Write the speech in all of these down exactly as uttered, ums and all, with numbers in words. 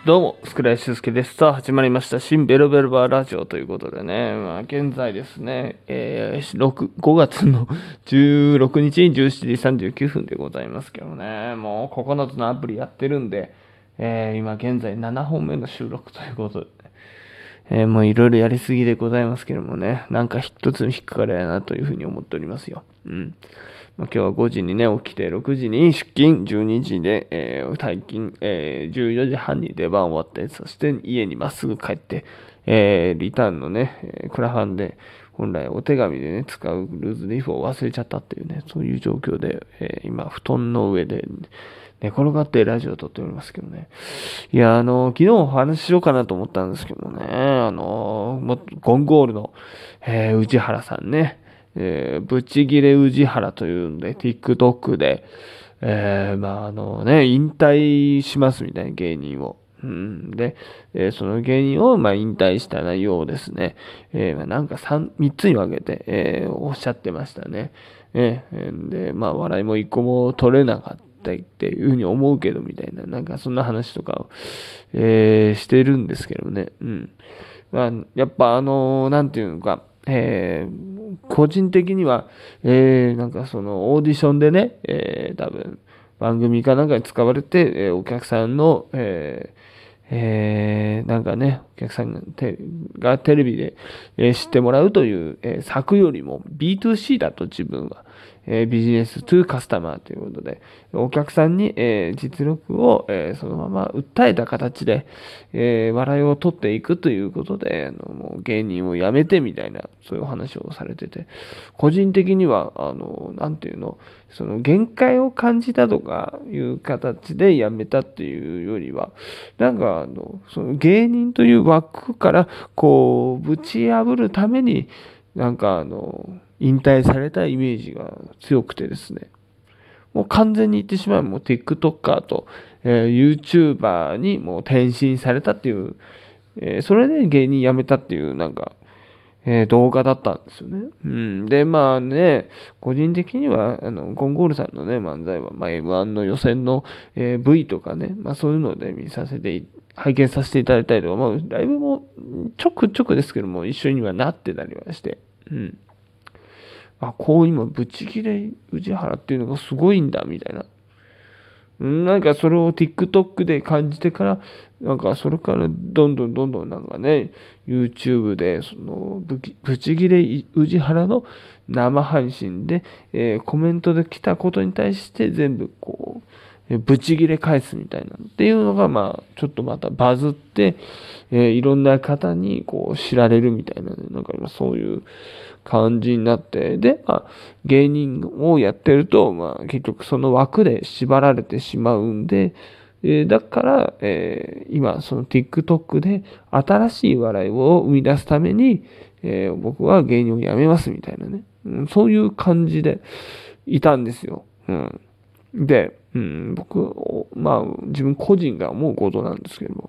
どうも、スクライシュウスケです。さあ、始まりました。新ベロベロバーラジオということでね、まあ、現在ですね、えー、6 ごがつのじゅうろくにちじゅうしちじさんじゅうきゅうふんでございますけどね、もうここのつのアプリやってるんで、えー、今現在ななほんめの収録ということで、えー、もういろいろやりすぎでございますけどもね、なんか一つの引っかかりやなというふうに思っておりますよ。うん。まあ、今日はごじにね、起きて、ろくじに出勤、じゅうにじで、えー、退勤、えー、じゅうよじはんに出番終わって、そして家にまっすぐ帰って、えー、リターンのね、えークラファンで、本来お手紙でね、使うルーズリーフを忘れちゃったっていうね、そういう状況で、えー今、布団の上で、寝転がってラジオを撮っておりますけどね。いや、あの、昨日お話ししようかなと思ったんですけどね、あの、もゴンゴールの、えー、宇治原さんね、えー、ブチギレ宇治原というんで、TikTok で、えー、まあ、あのね、引退しますみたいな芸人を。うん、で、えーその芸人を、まあ、引退した内容をですね、えーまあ、なんか三三つに分けて、えーおっしゃってましたね。えーで、まあ、笑いも一個も取れなかったっていうふうに思うけど、みたいな、なんかそんな話とかを、えーしてるんですけどね。うん。まあ、やっぱあのーなんていうのか、えー個人的には、えーなんかそのオーディションでね、えー多分番組かなんかに使われて、えーお客さんの、えーえーなんかね、お客さんがテがテレビで、えー知ってもらうという、えー策よりも ビーツーシー だと自分は、えービジネストゥカスタマーということで、お客さんに、えー実力を、えーそのまま訴えた形で、えー笑いを取っていくということで、あのもう芸人を辞めてみたいな、そういうお話をされてて、個人的には、あの、なんていうの、その限界を感じたとかいう形で辞めたっていうよりは、なんか、あの、その芸人という枠から、こう、ぶち破るために、なんか、あの、引退されたイメージが強くてですね。もう完全に言ってしまえばもう TikToker と、えー YouTuber にもう転身されたっていう、えーそれで芸人辞めたっていうなんか、えー動画だったんですよね。うん。で、まあね、個人的には、あの、ゴンゴールさんのね、漫才は、まあ エムワン の予選の、えー V とかね、まあそういうので見させて、拝見させていただいたりとか、まあライブもちょくちょくですけども、一緒にはなってたりはして、うん。あ、こう今、ブチギレ宇治原っていうのがすごいんだ、みたいな。なんかそれを TikTok で感じてから、なんかそれからどんどんどんどんなんかね、YouTube でそのブキブチギレ宇治原の生配信で、えーコメントで来たことに対して全部こう、えーブチギレ返すみたいなっていうのがまあちょっとまたバズって、えーいろんな方にこう知られるみたいなね、なんか今そういう感じになって、で、まあ、芸人をやってると、まあ、結局その枠で縛られてしまうんで、えーだから、えー今、その TikTok で新しい笑いを生み出すために、えー僕は芸人を辞めますみたいなね、うん、そういう感じでいたんですよ。うん、で、うん、僕、まあ、自分個人が思うことなんですけども、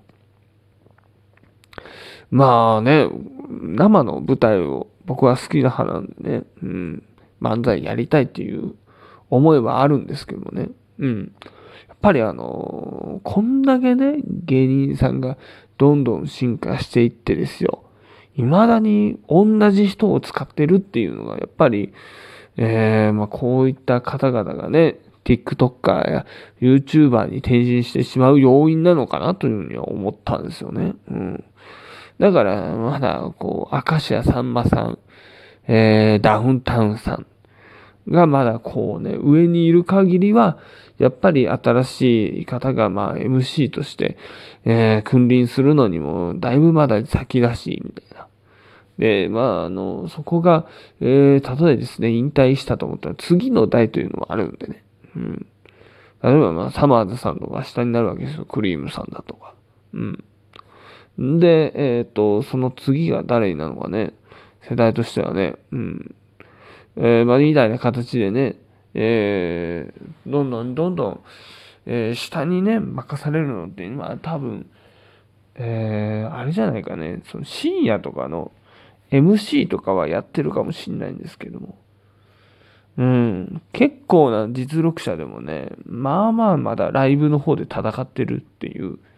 まあね、生の舞台を僕は好きな派なんでね、うん、漫才やりたいっていう思いはあるんですけどもね、うん。やっぱりあのこんだけね、芸人さんがどんどん進化していってですよ、未だに同じ人を使ってるっていうのが、やっぱり、えー、まあこういった方々がね、TikToker や YouTuber に転身してしまう要因なのかなというふうには思ったんですよね。うん。だから、まだ、こう、明石家さんまさん、えー、ダウンタウンさんがまだこうね、上にいる限りは、やっぱり新しい方が、まあ、エムシー として、えー、君臨するのにも、だいぶまだ先だし、みたいな。で、まあ、あの、そこが、えー、たとえですね、引退したと思ったら、次の代というのもあるんでね。うん。例えば、まあ、サマーズさんとか下になるわけですよ。クリームさんだとか。うん。で、えっと、その次が誰になるのかね。世代としてはね。うん。えー、まあ、みたいな形でね、えー、どんどんどんどん、えー、下にね、任されるのって、まあ、多分、えー、あれじゃないかね。その深夜とかの エムシー とかはやってるかもしれないんですけども。うん。結構な実力者でもね、まあまあまだライブの方で戦ってるっていう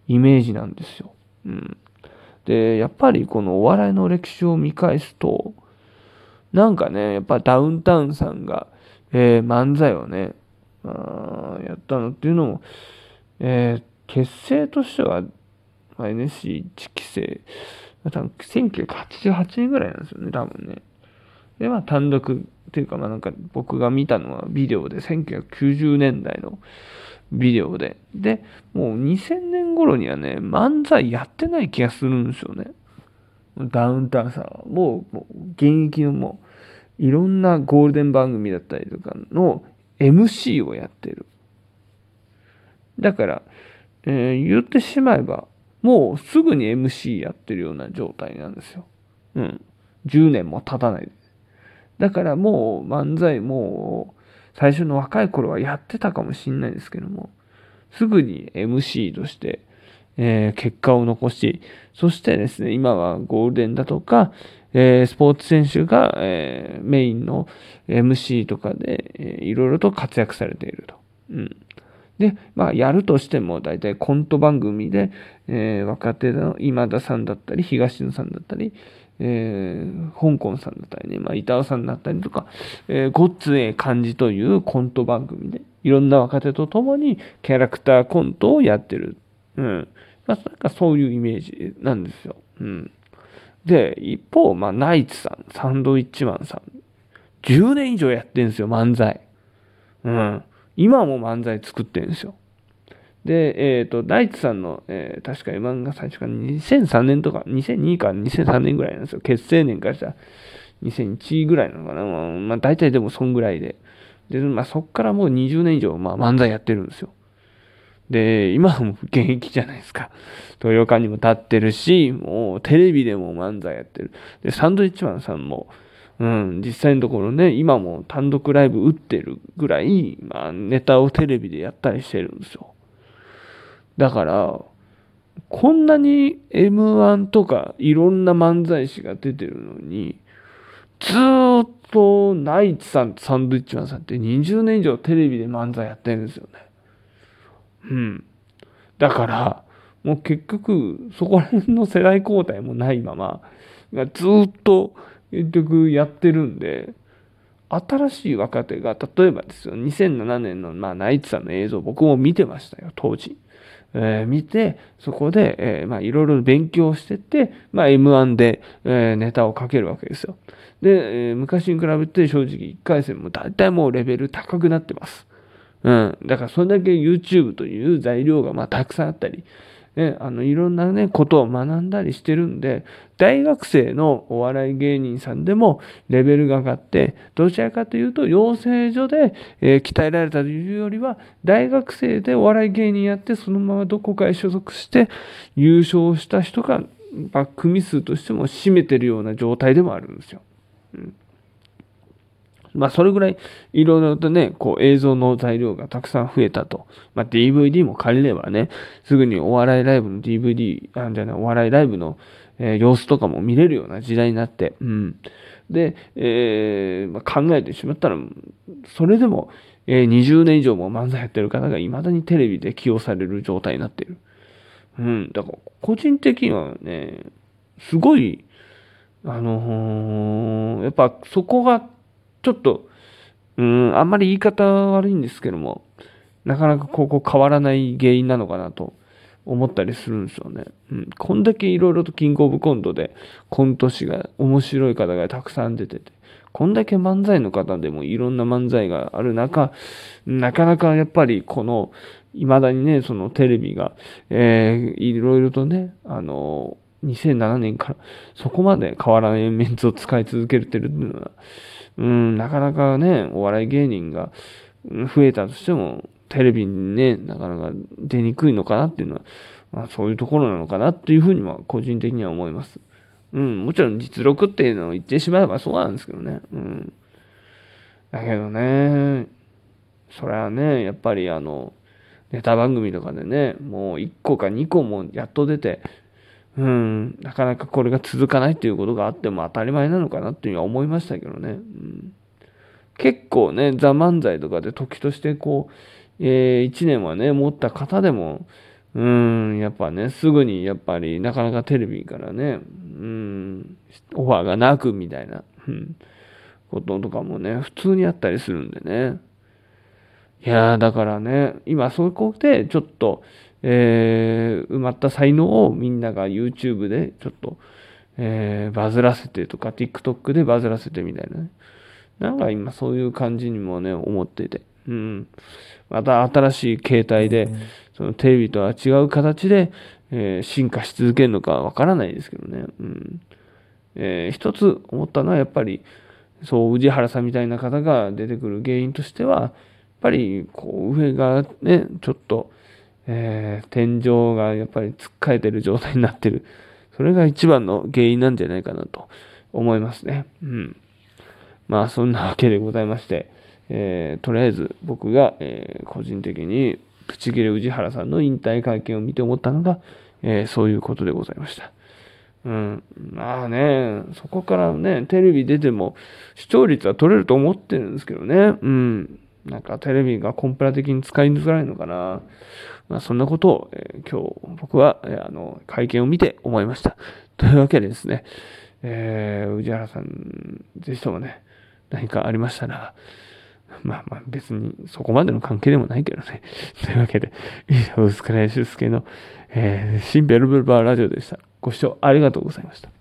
イメージなんですよ。うん。で、やっぱりこのお笑いの歴史を見返すと、なんかね、やっぱダウンタウンさんが、えー漫才をね、あーやったのっていうのも、えー結成としては、まあ、エヌエスシーいち 期生、多分せんきゅうひゃくはちじゅうはちねんぐらいなんですよね、多分ね。で、まあ単独っていうか、まあなんか僕が見たのはビデオでせんきゅうひゃくきゅうじゅうねんだいのビデオで。で、もうにせんねん頃にはね、漫才やってない気がするんですよね。ダウンタウンさんは。もう、もう現役のもう、いろんなゴールデン番組だったりとかの エムシー をやってる。だから、えー言ってしまえば、もうすぐに エムシー やってるような状態なんですよ。うん。じゅうねんも経たない。だからもう漫才も最初の若い頃はやってたかもしれないですけども、すぐに エムシー として、えー結果を残し、そしてですね、今はゴールデンだとか、えースポーツ選手が、えーメインの エムシー とかで、えーいろいろと活躍されていると。うん。で、まあ、やるとしても、大体コント番組で、えー若手の今田さんだったり、東野さんだったり、えー香港さんだったりね、まあ、板尾さんだったりとか、えーごっつええ感じというコント番組で、いろんな若手と共にキャラクターコントをやってる。うん。まあ、なんかそういうイメージなんですよ。うん。で、一方、まあ、ナイツさん、サンドウィッチマンさん、じゅうねん以上やってるんですよ、漫才。うん。今も漫才作ってるんですよ。で、えっ、と、ナイツさんの、えー確か エムワン が最初からにせんさんねんとか、にせんにからにせんさんねんぐらいなんですよ。結成年からしたらにせんいちぐらいなのかな。まあ、まあ、大体でもそんぐらいで。で、まあ、そっからもうにじゅうねん以上、まあ、漫才やってるんですよ。で、今はもう現役じゃないですか。豊岡にも立ってるし、もうテレビでも漫才やってる。で、サンドイッチマンさんも、うん、実際のところね、今も単独ライブ打ってるぐらい、まあ、ネタをテレビでやったりしてるんですよ。だから、こんなに エムワン とかいろんな漫才師が出てるのに、ずーっとナイツさんとサンドイッチマンさんってにじゅうねん以上テレビで漫才やってるんですよね。うん。だから、もう結局、そこら辺の世代交代もないまま、ずっと結局やってるんで、新しい若手が、例えばですよ、にせんななねんの、まあ、ナイツさんの映像、僕も見てましたよ、当時。えー見て、そこで、えーまあ、いろいろ勉強してって、まあ、エムワン で、えーネタをかけるわけですよ。で、えー昔に比べて正直いっかい戦も大体もうレベル高くなってます。うん。だからそれだけ YouTube という材料がまあたくさんあったり、ね、あのいろんなね、ことを学んだりしてるんで、大学生のお笑い芸人さんでもレベルが上がって、どちらかというと養成所で、えー鍛えられたというよりは、大学生でお笑い芸人やって、そのままどこかへ所属して優勝した人が、まあ、組数としても占めてるような状態でもあるんですよ。うんまあ、それぐらいいろいろとね、こう映像の材料がたくさん増えたと。まあ、ディーブイディー も借りればね、すぐにお笑いライブの ディーブイディー、あ、じゃない、お笑いライブの、えー様子とかも見れるような時代になって、うん。で、えーまあ、考えてしまったら、それでも、えーにじゅうねん以上も漫才やってる方が未だにテレビで起用される状態になっている。うん。だから、個人的にはね、すごい、あのーやっぱそこがちょっと、うん、あんまり言い方悪いんですけども、なかなかここ変わらない原因なのかなと思ったりするんですよね。うん、こんだけいろいろとキングオブコントでコント師が面白い方がたくさん出てて、こんだけ漫才の方でもいろんな漫才がある中、なかなかやっぱりこの、未だにね、そのテレビが、えー、いろいろとね、あのにせんななねんからそこまで変わらないメンツを使い続けてるっていうのは、うん、なかなかね、お笑い芸人が増えたとしても、テレビにね、なかなか出にくいのかなっていうのは、まあそういうところなのかなっていうふうには個人的には思います。うん、もちろん実力っていうのを言ってしまえばそうなんですけどね。うん。だけどね、それはね、やっぱりあの、ネタ番組とかでね、もういっこかにこもやっと出て、うん、なかなかこれが続かないっていうことがあっても当たり前なのかなっていうのは思いましたけどね。うん、結構ね、ザ・漫才とかで時としてこう、えー、いちねんはね、持った方でも、 うん、やっぱね、すぐにやっぱりなかなかテレビからね、うん、オファーがなくみたいな、うん、こととかもね、普通にあったりするんでね。いやー、だからね、今そこでちょっと、えー埋まった才能をみんなが YouTube でちょっと、えーバズらせてとか、TikTok でバズらせてみたいなね。なんか今そういう感じにもね、思ってて。うん。また新しい形態で、そのテレビとは違う形で、えー進化し続けるのかわからないですけどね。うん。えー一つ思ったのはやっぱり、そう、宇治原さんみたいな方が出てくる原因としては、やっぱりこう上がね、ちょっと、えー天井がやっぱりつっかえてる状態になってる。それが一番の原因なんじゃないかなと思いますね。うん。まあそんなわけでございまして、えーとりあえず僕が、えー個人的にプチギレ宇治原さんの引退会見を見て思ったのが、えーそういうことでございました。うん。まあね、そこからね、テレビ出ても視聴率は取れると思ってるんですけどね。うん。なんかテレビがコンプラ的に使いづらいのかな。まあそんなことを、えー今日僕は、えーあの会見を見て思いました。というわけでですね、えー宇治原さん、ぜひともね、何かありましたら、まあまあ別にそこまでの関係でもないけどね。というわけで、以上、薄倉修介の、えー新ベルブルバーラジオでした。ご視聴ありがとうございました。